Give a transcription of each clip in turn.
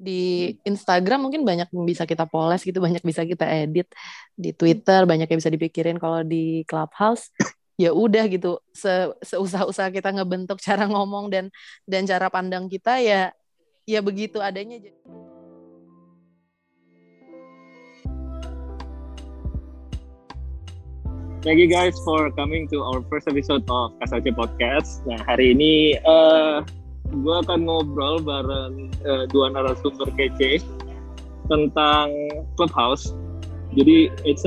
Di Instagram mungkin banyak yang bisa kita poles gitu, banyak bisa kita edit. Di Twitter banyak yang bisa dipikirin. Kalau di Clubhouse ya udah gitu. Seusaha-usaha kita ngebentuk cara ngomong dan cara pandang kita ya begitu adanya. Thank you guys for coming to our first episode of Kasace Podcast. Nah, hari ini gue akan ngobrol bareng dua narasumber kece tentang Clubhouse. Jadi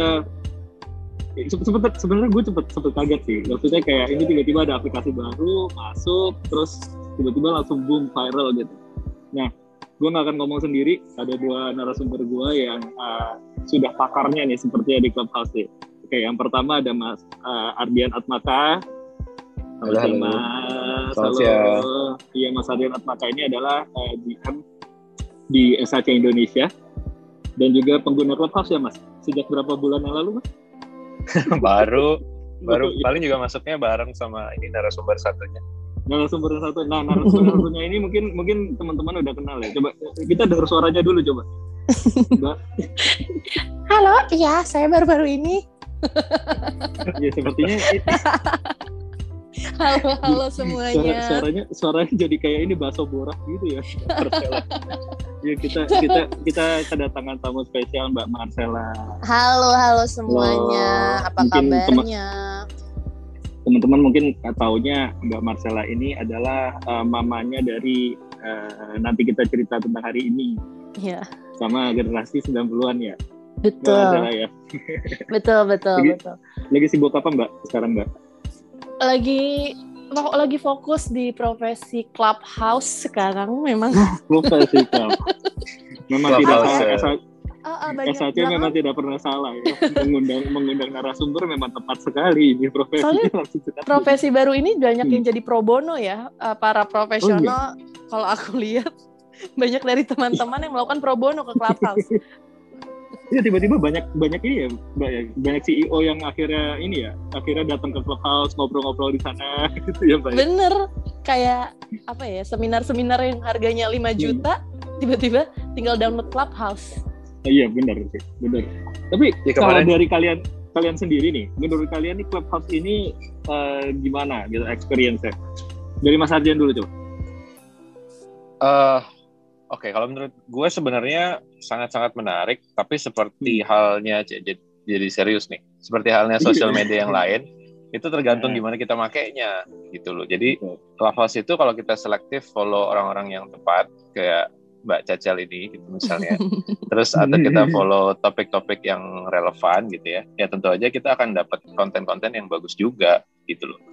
sebenarnya gue sempet kaget sih. Maksudnya kayak ini tiba-tiba ada aplikasi baru masuk, terus tiba-tiba langsung boom viral gitu. Nah, gue nggak akan ngomong sendiri. Ada dua narasumber gue yang sudah pakarnya nih sepertinya di Clubhouse nih. Oke, yang pertama ada Mas Ardian Atmaka. Halo. Mas. Halo. Iya, Mas Ardian Atmaka ini adalah GM di SAC Indonesia dan juga pengguna Clubhouse ya, Mas. Sejak berapa bulan yang lalu, Mas? baru paling juga masuknya bareng sama ini narasumber satunya. Narasumber satu. Nah, narasumber satunya ini mungkin teman-teman udah kenal ya. Coba kita dengar suaranya dulu coba. Mbak. Halo, iya, saya baru-baru ini. Ya sepertinya halo semuanya. Suaranya jadi kayak ini bakso borak gitu ya. Marcella. Ya kita kedatangan tamu spesial Mbak Marcella. Halo semuanya. Apa kabarnya? Teman-teman mungkin taunya Mbak Marcella ini adalah mamanya dari nanti kita cerita tentang hari ini. Iya. Sama generasi 90-an ya. Betul. Ya. Betul. Lagi sibuk apa Mbak sekarang Mbak? Lagi fokus di profesi Clubhouse sekarang memang. Profesi Clubhouse. Memang tidak salah. SAC memang tidak pernah salah ya. mengundang narasumber memang tepat sekali ini profesi. Soalnya profesi baru ini banyak yang jadi pro bono ya, para profesional. Oh, iya. Kalau aku lihat banyak dari teman-teman yang melakukan pro bono ke Clubhouse. Iya, tiba-tiba banyak ini ya, Mbak ya. Banyak CEO yang akhirnya datang ke Clubhouse, ngobrol-ngobrol di sana gitu ya, Mbak. Bener, kayak apa ya, seminar-seminar yang harganya 5 juta, tiba-tiba tinggal download Clubhouse. Iya, benar. Tapi kalau dari kalian sendiri nih, menurut kalian nih Clubhouse ini gimana gitu experience-nya? Dari Mas Ardian dulu coba. Oke, kalau menurut gue sebenarnya sangat-sangat menarik, tapi seperti halnya jadi serius nih, seperti halnya sosial media yang lain, itu tergantung gimana kita makainya gitu loh. Jadi Clubhouse itu kalau kita selektif follow orang-orang yang tepat, kayak Mbak Cacel ini gitu misalnya, terus atau kita follow topik-topik yang relevan gitu ya tentu aja kita akan dapat konten-konten yang bagus juga gitu loh.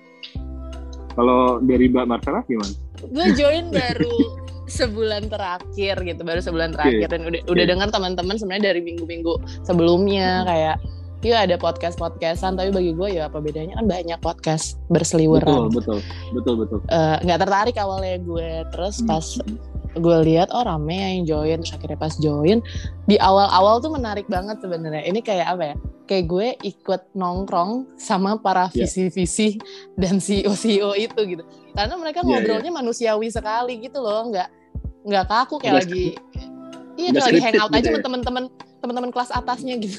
Kalau dari Mbak Marcella gimana? Gue join baru sebulan terakhir dan udah dengar teman-teman sebenarnya dari minggu-minggu sebelumnya kayak ada podcastan, tapi bagi gue ya apa bedanya, kan banyak podcast berseliweran. Betul. Nggak tertarik awalnya gue, terus pas gue lihat rame yang join, terus akhirnya pas join di awal-awal tuh menarik banget sebenarnya. Ini kayak apa ya? Kayak gue ikut nongkrong sama para visi-visi dan CEO itu gitu. Karena mereka ngobrolnya manusiawi sekali gitu loh, nggak kaku kayak lagi kayak hangout aja sama teman-teman kelas atasnya gitu.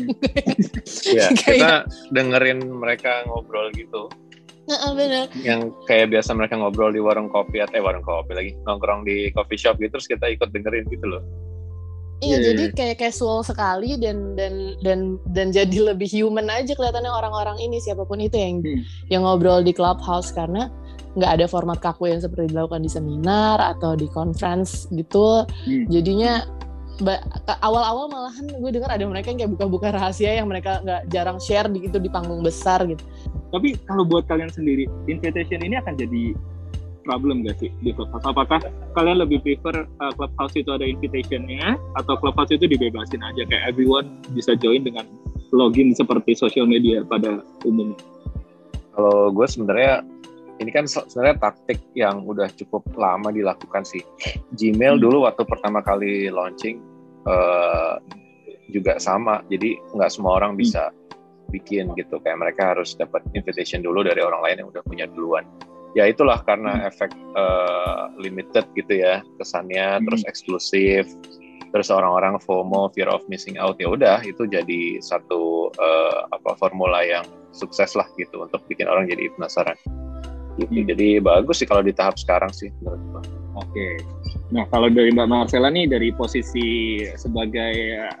Iya, kita dengerin mereka ngobrol gitu. Bener. Yang kayak biasa mereka ngobrol di warung kopi lagi nongkrong di coffee shop gitu, terus kita ikut dengerin gitu loh. Iya, jadi kayak casual sekali dan jadi lebih human aja kelihatannya orang-orang ini, siapapun itu yang ngobrol di Clubhouse, karena nggak ada format kaku yang seperti dilakukan di seminar atau di conference gitu. Jadinya awal-awal malahan gue dengar ada mereka yang kayak buka-buka rahasia yang mereka nggak jarang share di panggung besar gitu. Tapi kalau buat kalian sendiri, invitation ini akan jadi problem gak sih di Clubhouse? Apakah kalian lebih prefer Clubhouse itu ada invitation-nya, atau Clubhouse itu dibebasin aja kayak everyone bisa join dengan login seperti social media pada umumnya? Kalau gue sebenarnya ini kan sebenarnya taktik yang udah cukup lama dilakukan sih. Gmail dulu waktu pertama kali launching juga sama, jadi nggak semua orang bisa bikin gitu, kayak mereka harus dapat invitation dulu dari orang lain yang udah punya duluan. ya itulah karena efek limited gitu ya kesannya, terus eksklusif, terus orang-orang FOMO, fear of missing out, ya udah itu jadi satu formula yang sukses lah gitu untuk bikin orang jadi penasaran gitu. Jadi bagus sih kalau di tahap sekarang sih menurut gue. Oke. Nah kalau dari Mbak Marcella nih, dari posisi sebagai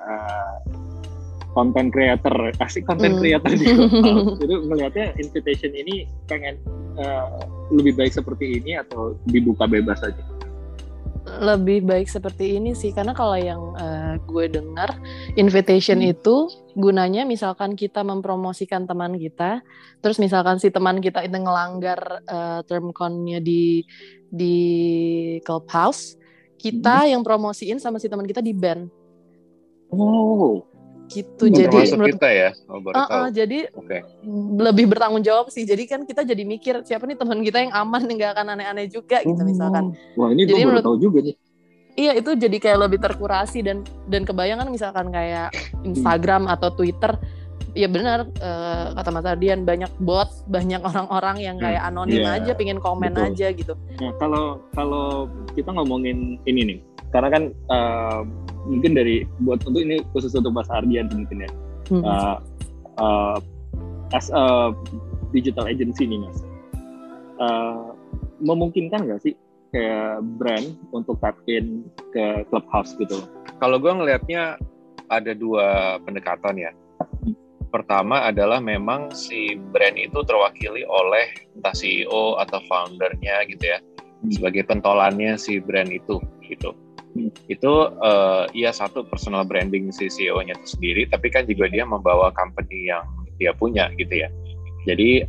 content creator, content creator di Clubhouse, itu melihatnya invitation ini pengen lebih baik seperti ini atau dibuka bebas aja? Lebih baik seperti ini sih, karena kalau yang gue dengar invitation itu gunanya misalkan kita mempromosikan teman kita, terus misalkan si teman kita itu ngelanggar term con-nya di Clubhouse, kita yang promosiin sama si teman kita di ban. Oh. Gitu. Jadi menurut kita ya. Jadi lebih bertanggung jawab sih. Jadi kan kita jadi mikir siapa nih teman kita yang aman, yang nggak akan aneh-aneh juga gitu misalkan. Wah ini gue baru tahu juga nih. Iya, itu jadi kayak lebih terkurasi dan kebayangan misalkan kayak Instagram atau Twitter. Ya benar kata Mas Ardian, banyak bot, banyak orang-orang yang kayak anonim aja, pingin komen aja gitu. Nah kalau kita ngomongin ini nih, karena kan mungkin buat untuk ini khusus untuk Mas Ardian mungkin ya, as a digital agency nih Mas, memungkinkan nggak sih kayak brand untuk tap in ke Clubhouse gitu? Kalau gue ngelihatnya ada dua pendekatan ya. Pertama adalah memang si brand itu terwakili oleh entah CEO atau foundernya gitu ya, sebagai pentolannya si brand itu gitu. Itu ya satu personal branding si CEO-nya itu sendiri, tapi kan juga dia membawa company yang dia punya gitu ya. Jadi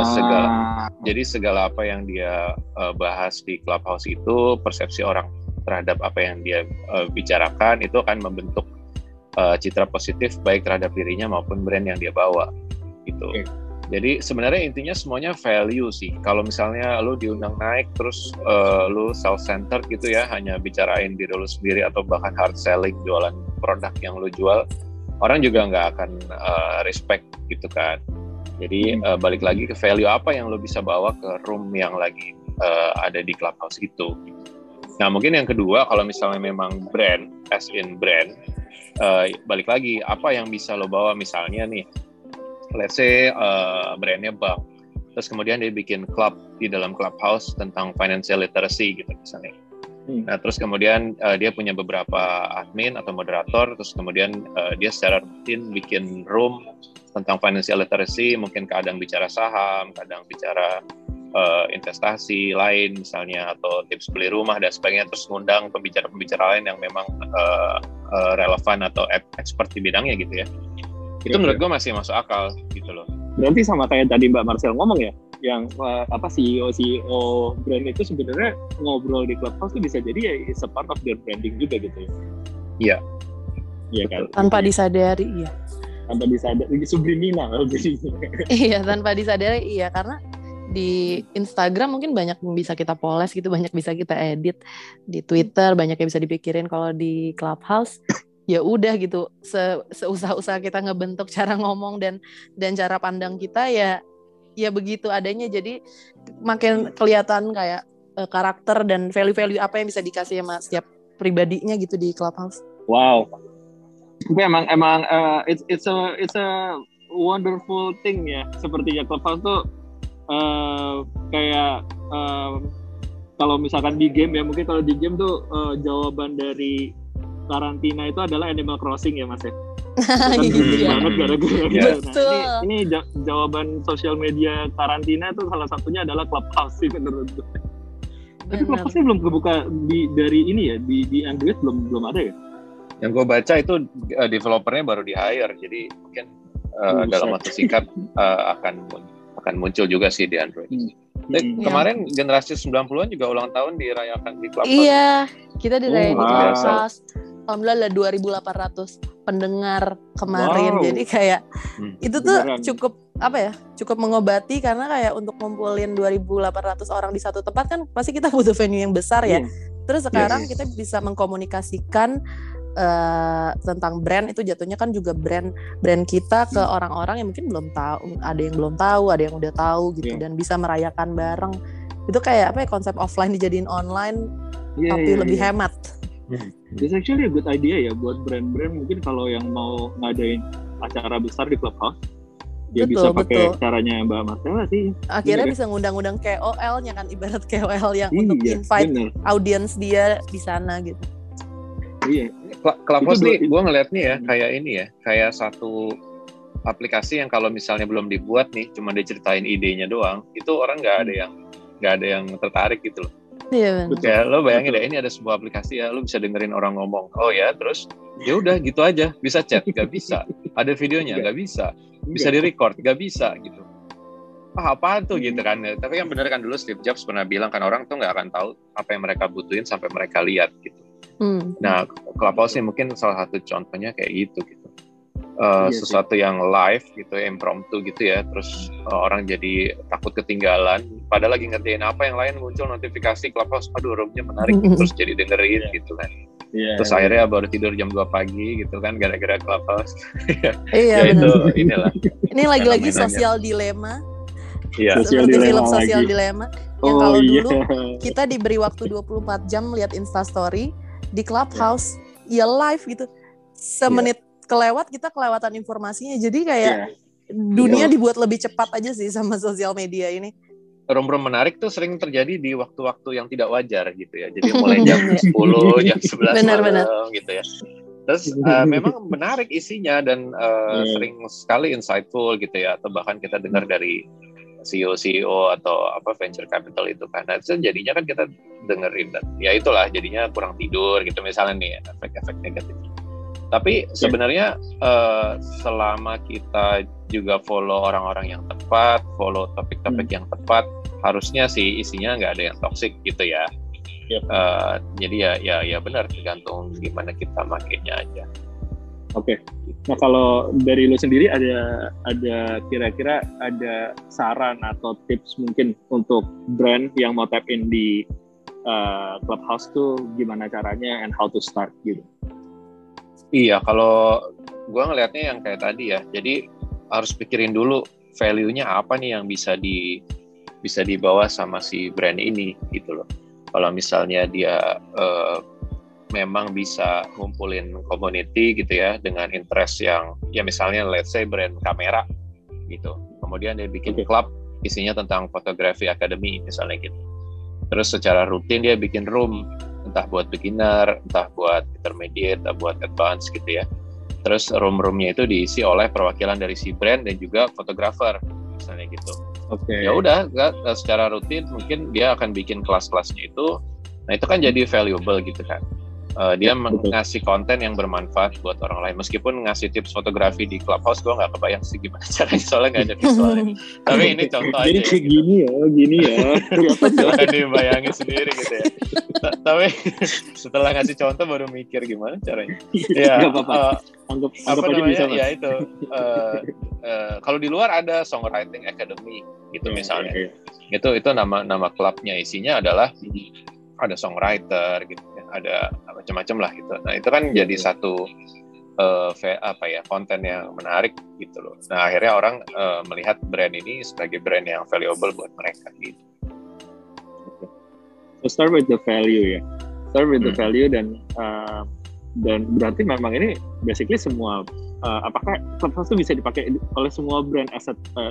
segala apa yang dia bahas di Clubhouse itu, persepsi orang terhadap apa yang dia bicarakan itu akan membentuk citra positif baik terhadap dirinya maupun brand yang dia bawa gitu. Jadi sebenarnya intinya semuanya value sih. Kalau misalnya lu diundang naik terus lu self-centered gitu ya, hanya bicarain diri lu sendiri atau bahkan hard selling jualan produk yang lu jual, orang juga nggak akan respect gitu kan. Jadi balik lagi ke value apa yang lu bisa bawa ke room yang lagi ada di Clubhouse itu. Nah mungkin yang kedua, kalau misalnya memang brand, as in brand, balik lagi apa yang bisa lo bawa, misalnya nih let's say brandnya bank, terus kemudian dia bikin club di dalam Clubhouse tentang financial literacy gitu misalnya. Nah terus kemudian dia punya beberapa admin atau moderator, terus kemudian dia secara rutin bikin room tentang financial literacy, mungkin kadang bicara saham, kadang bicara investasi lain misalnya, atau tips beli rumah dan sebagainya, terus ngundang pembicara-pembicara lain yang memang relevan atau expert di bidangnya gitu ya. Itu menurut gue masih masuk akal gitu loh. Berarti sama kayak tadi Mbak Marcel ngomong ya, yang CEO brand itu sebenarnya ngobrol di Clubhouse itu bisa jadi ya is a part of their branding juga gitu ya. Iya. Iya kan. Tanpa disadari, iya. Tanpa disadari, subliminal jadi. Iya, tanpa disadari, iya, karena di Instagram mungkin banyak yang bisa kita poles gitu, banyak bisa kita edit, di Twitter banyak yang bisa dipikirin. Kalau di Clubhouse ya udah gitu, seusaha-usaha kita ngebentuk cara ngomong dan cara pandang kita ya begitu adanya. Jadi makin kelihatan kayak karakter dan value-value apa yang bisa dikasih sama setiap pribadinya gitu di Clubhouse. Wow. Tapi emang it's a wonderful thing ya. Sepertinya Clubhouse tuh kayak kalau misalkan di game ya, mungkin kalau di game tuh jawaban dari karantina itu adalah Animal Crossing ya Mas ya. Iya. Banget gara-gara Betul. Nah, ini jawaban sosial media karantina itu salah satunya adalah Clubhouse sih menurut gue. Tapi Clubhouse-nya belum kebuka dari ini ya, di Android belum ada ya. Yang gue baca itu developernya baru di hire, jadi mungkin dalam waktu singkat akan muncul juga sih di Android. Kemarin generasi 90-an juga ulang tahun dirayakan di Clubhouse. Iya, kita dirayain di Clubhouse. Alhamdulillah ada 2.800 pendengar kemarin. Wow. Jadi kayak itu tuh cukup mengobati, karena kayak untuk ngumpulin 2.800 orang di satu tempat kan pasti kita butuh venue yang besar ya. Terus sekarang kita bisa mengkomunikasikan tentang brand itu, jatuhnya kan juga brand kita ke orang-orang yang mungkin belum tahu, ada yang belum tahu, ada yang udah tahu gitu, dan bisa merayakan bareng. Itu kayak apa ya, konsep offline dijadiin online tapi lebih hemat. It's actually a good idea ya buat brand-brand mungkin kalau yang mau ngadain acara besar di Clubhouse. Dia bisa pakai caranya Mbak Marcella sih. Akhirnya bisa ngundang-undang KOL-nya kan, ibarat KOL yang untuk invite audience dia di sana gitu. Iya. Clubhouse nih, gue ngeliat nih ya, kayak ini ya, kayak satu aplikasi yang kalau misalnya belum dibuat nih, cuma diceritain idenya doang, itu orang nggak ada yang tertarik gitu loh. Iya benar. Ya lo bayangin deh, ini ada sebuah aplikasi ya, lo bisa dengerin orang ngomong. Oh ya, terus ya udah gitu aja. Bisa chat, nggak bisa. Ada videonya, nggak bisa. Bisa di-record, nggak bisa gitu. Apaan tuh gitu kan? Tapi kan bener kan dulu Steve Jobs pernah bilang kan orang tuh nggak akan tahu apa yang mereka butuhin sampai mereka lihat gitu. Nah, Clubhouse ini mungkin salah satu contohnya kayak gitu. Sesuatu yang live gitu, impromptu gitu ya, terus orang jadi takut ketinggalan, padahal lagi ngerjain apa yang lain muncul notifikasi Clubhouse, aduh roomnya menarik, terus jadi dengerin gitu kan. Terus akhirnya baru tidur jam 2 pagi gitu kan gara-gara Clubhouse. Iya, ya itu inilah. Ini lagi-lagi sosial dilema. Iya. Seperti film Sosial Dilema yang kalau dulu kita diberi waktu 24 jam lihat Instastory, di Clubhouse ya live gitu. Semenit kelewat kita kelewatan informasinya. Jadi kayak dunia dibuat lebih cepat aja sih sama sosial media ini. Room-room menarik tuh sering terjadi di waktu-waktu yang tidak wajar gitu ya. Jadi mulai jam 10, jam 11 malam gitu ya. Terus memang menarik isinya dan sering sekali insightful gitu ya. Atau bahkan kita dengar dari CEO atau apa venture capital itu kan. Nah, itu jadinya kan kita dengerin dan ya itulah jadinya kurang tidur gitu misalnya nih efek-efek negatif. Tapi sebenarnya selama kita juga follow orang-orang yang tepat, follow topik-topik yang tepat, harusnya sih isinya nggak ada yang toksik gitu ya. Jadi ya benar tergantung gimana kita makainya aja. Oke. Nah kalau dari lu sendiri ada kira-kira ada saran atau tips mungkin untuk brand yang mau tap in di Clubhouse tuh gimana caranya and how to start gitu? Iya, kalau gue ngelihatnya yang kayak tadi ya, jadi harus pikirin dulu value-nya apa nih yang bisa dibawa sama si brand ini gitu loh. Kalau misalnya dia memang bisa ngumpulin community gitu ya dengan interest yang ya misalnya let's say brand kamera gitu. Kemudian dia bikin klub isinya tentang fotografi academy misalnya gitu. Terus secara rutin dia bikin room entah buat beginner, entah buat intermediate, entah buat advance gitu ya. Terus room-roomnya itu diisi oleh perwakilan dari si brand dan juga fotografer misalnya gitu. Ya udah secara rutin mungkin dia akan bikin kelas-kelasnya itu. Nah itu kan jadi valuable gitu kan. Dia ngasih konten yang bermanfaat buat orang lain. Meskipun ngasih tips fotografi di Clubhouse, gue nggak kebayang sih gimana caranya, soalnya nggak ada visualnya. Tapi ini contoh aja. Jadi kayak gini ya. Silahkan dibayangin sendiri gitu ya. Tapi setelah ngasih contoh baru mikir gimana caranya. Ya, anggap apa aja namanya? bisa. Ya itu. Kalau di luar ada Songwriting Academy gitu misalnya. Itu nama klubnya, isinya adalah ada songwriter gitu ya, ada macam-macam lah gitu. Nah itu kan jadi satu konten yang menarik gitu loh. Nah akhirnya orang melihat brand ini sebagai brand yang valuable buat mereka gitu. So start with the value ya. Start with the value dan berarti memang ini basically semua apakah Clubhouse itu bisa dipakai oleh semua brand as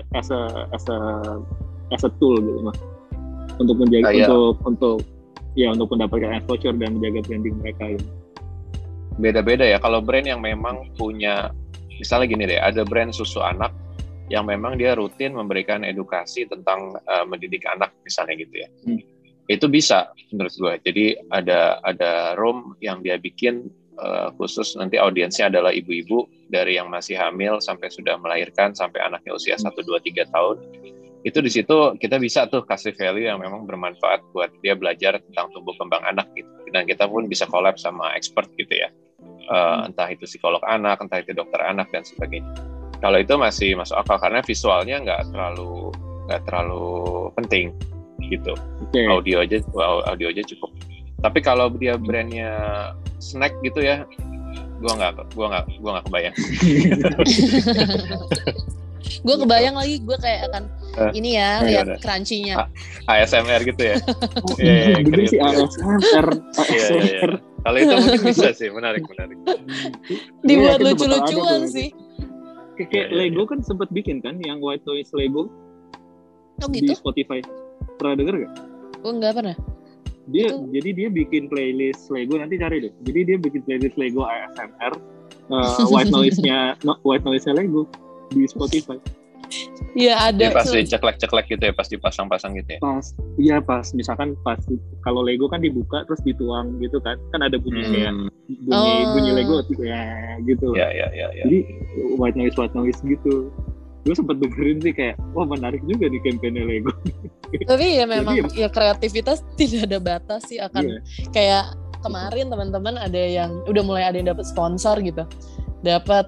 a tool gitu mas untuk menjaga untuk mendapatkan exposure dan menjaga branding mereka gitu. Beda-beda ya. Kalau brand yang memang punya, misalnya gini deh, ada brand susu anak yang memang dia rutin memberikan edukasi tentang mendidik anak misalnya gitu ya. Itu bisa menurut gue. Jadi ada room yang dia bikin khusus nanti audiensnya adalah ibu-ibu dari yang masih hamil sampai sudah melahirkan sampai anaknya usia 1, 2, 3 tahun. Itu di situ kita bisa tuh kasih value yang memang bermanfaat buat dia belajar tentang tumbuh kembang anak gitu. Dan kita pun bisa collab sama expert gitu ya. Entah itu psikolog anak, entah itu dokter anak dan sebagainya. Kalau itu masih masuk akal karena visualnya nggak terlalu penting gitu. Audio aja cukup. Tapi kalau dia brandnya snack gitu ya, gua nggak kebayang. Gue kebayang lagi gue kayak akan ini ya lihat gimana? crunchy-nya. ASMR gitu ya. Bener sih ASMR. Iya. Kalau itu mungkin bisa sih, menarik. Dibuat Iya, lucu-lucuan tuh. sih. Kayak Lego kan sempat bikin kan yang White Noise Lego Oh di gitu? Spotify. Pernah denger gak? Gue nggak pernah. Jadi dia bikin playlist Lego, nanti cari deh. Jadi dia bikin playlist Lego ASMR White Noise-nya Lego di Spotify. Iya ada. Dia pasti ceklek-ceklek gitu ya, pas dipasang-pasang gitu ya. Pas misalkan kalau Lego kan dibuka terus dituang gitu kan ada bunyi kayak bunyi Lego ya gitu. Ya. Jadi white noise gitu. Gue sempet dengerin sih kayak wah menarik juga nih kampanye Lego. Tapi ya memang ya kreativitas tidak ada batas sih akan kayak kemarin teman-teman ada yang udah mulai ada yang dapat sponsor gitu, dapat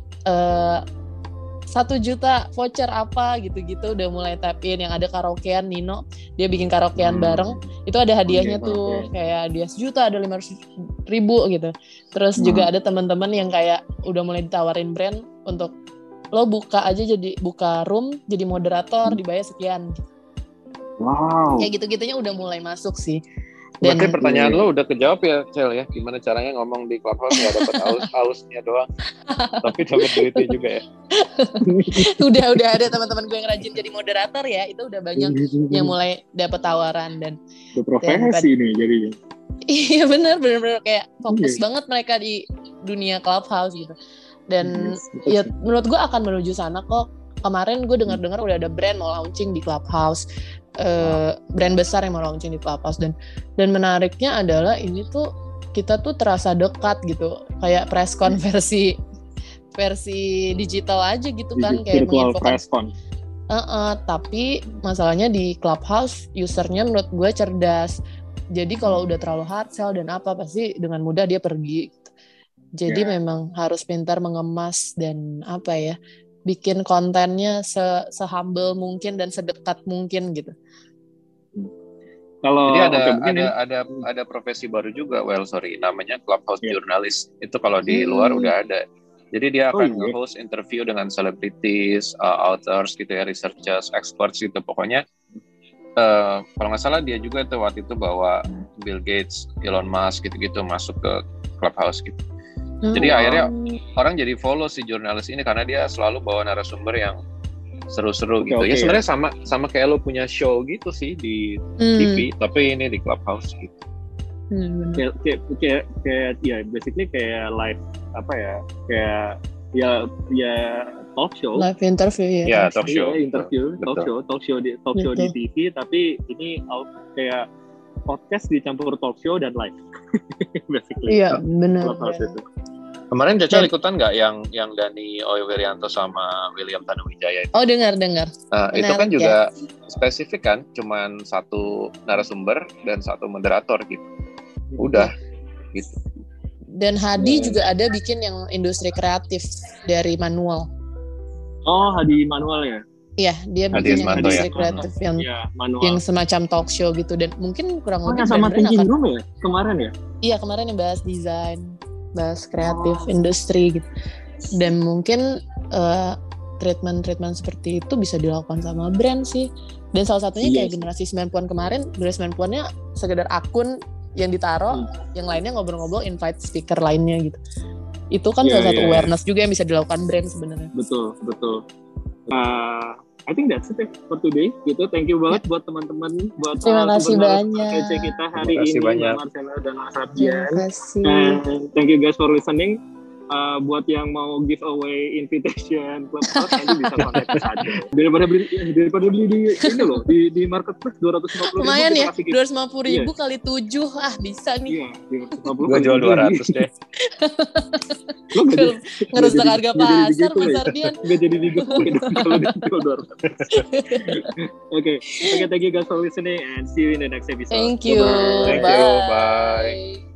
1 juta voucher apa gitu-gitu, udah mulai tap in. Yang ada karaokean Nino, dia bikin karaokean bareng, itu ada hadiahnya tuh kayak dia 1 juta, ada 500.000 gitu. Terus juga ada teman-teman yang kayak udah mulai ditawarin brand untuk lo buka room jadi moderator dibayar sekian. Wow. Kayak gitu-gitunya udah mulai masuk sih. Dan berarti pertanyaan lo udah kejawab ya, Cel ya? Gimana caranya ngomong di Clubhouse nggak dapat ausnya doang, tapi dapat duitnya juga ya? udah ada teman-teman gue yang rajin jadi moderator ya, itu udah banyak yang mulai dapat tawaran dan profesi nih jadinya. Iya benar kayak fokus banget mereka di dunia Clubhouse gitu. Dan ya menurut gue akan menuju sana kok. Kemarin gue dengar udah ada brand mau launching di Clubhouse. Brand besar yang mau launching di Clubhouse dan menariknya adalah ini tuh kita tuh terasa dekat gitu, kayak press con versi digital aja gitu kan, kayak menginfokan. Tapi masalahnya di Clubhouse usernya menurut gue cerdas, jadi kalau udah terlalu hard sell dan apa pasti dengan mudah dia pergi gitu. Jadi memang harus pintar mengemas dan apa ya, bikin kontennya se-humble mungkin dan sedekat mungkin gitu. Kalau ada profesi baru juga, namanya Clubhouse Journalist. Itu kalau di luar udah ada. Jadi dia akan host interview dengan selebritis, authors gitu ya, researchers, experts gitu. Pokoknya kalau nggak salah dia juga tuh waktu itu bawa Bill Gates, Elon Musk gitu-gitu masuk ke Clubhouse gitu. Jadi akhirnya orang jadi follow si jurnalis ini karena dia selalu bawa narasumber yang seru-seru gitu. Ya sebenarnya sama kayak lo punya show gitu sih di TV, tapi ini di Clubhouse gitu. Kayak ya basically kayak live apa ya, kayak ya talk show. Live interview ya. Ya talk show. Talk show di TV, tapi ini kayak podcast dicampur talk show dan live. Basically. Iya benar. Kemarin Caca ikutan nggak yang Dani Oyowiranto sama William Tanuwijaya itu? Oh dengar. Itu kan juga spesifik kan, cuman 1 narasumber dan 1 moderator gitu. Udah gitu. Dan Hadi juga ada bikin yang industri kreatif dari Manual. Oh Hadi Manual ya? Iya, dia bikin yang industri kreatif yang semacam talk show gitu, dan mungkin kurang lebih sama Thinking Room ya kemarin ya? Iya kemarin yang bahas desain, bahas kreatif industri gitu. Dan mungkin treatment seperti itu bisa dilakukan sama brand sih. Dan salah satunya kayak generasi 90-an kemarin, generasi 90-annya sekedar akun yang ditaruh, yang lainnya ngobrol-ngobrol, invite speaker lainnya gitu. Itu kan salah satu awareness juga yang bisa dilakukan brand sebenarnya. Betul. I think that's it for today gitu. Thank you banget buat teman-teman, buat terima kasih banyak kece kita hari ini, Marcella dan Mas Ardian. Terima kasih. Thank you guys for listening. Buat yang mau giveaway invitation Clubhouse nanti bisa kontak saja. Daripada beli di ini loh, di marketplace 250.000. Lumayan ya, 250.000 kali 7, bisa nih. Iya, gue jual 200 deh. Lo ngerusak harga pasar, Mas Ardian. Gak jadi giveaway kalau dijual 200. Okay, thank you guys for listening and see you in the next episode. Thank you. Bye.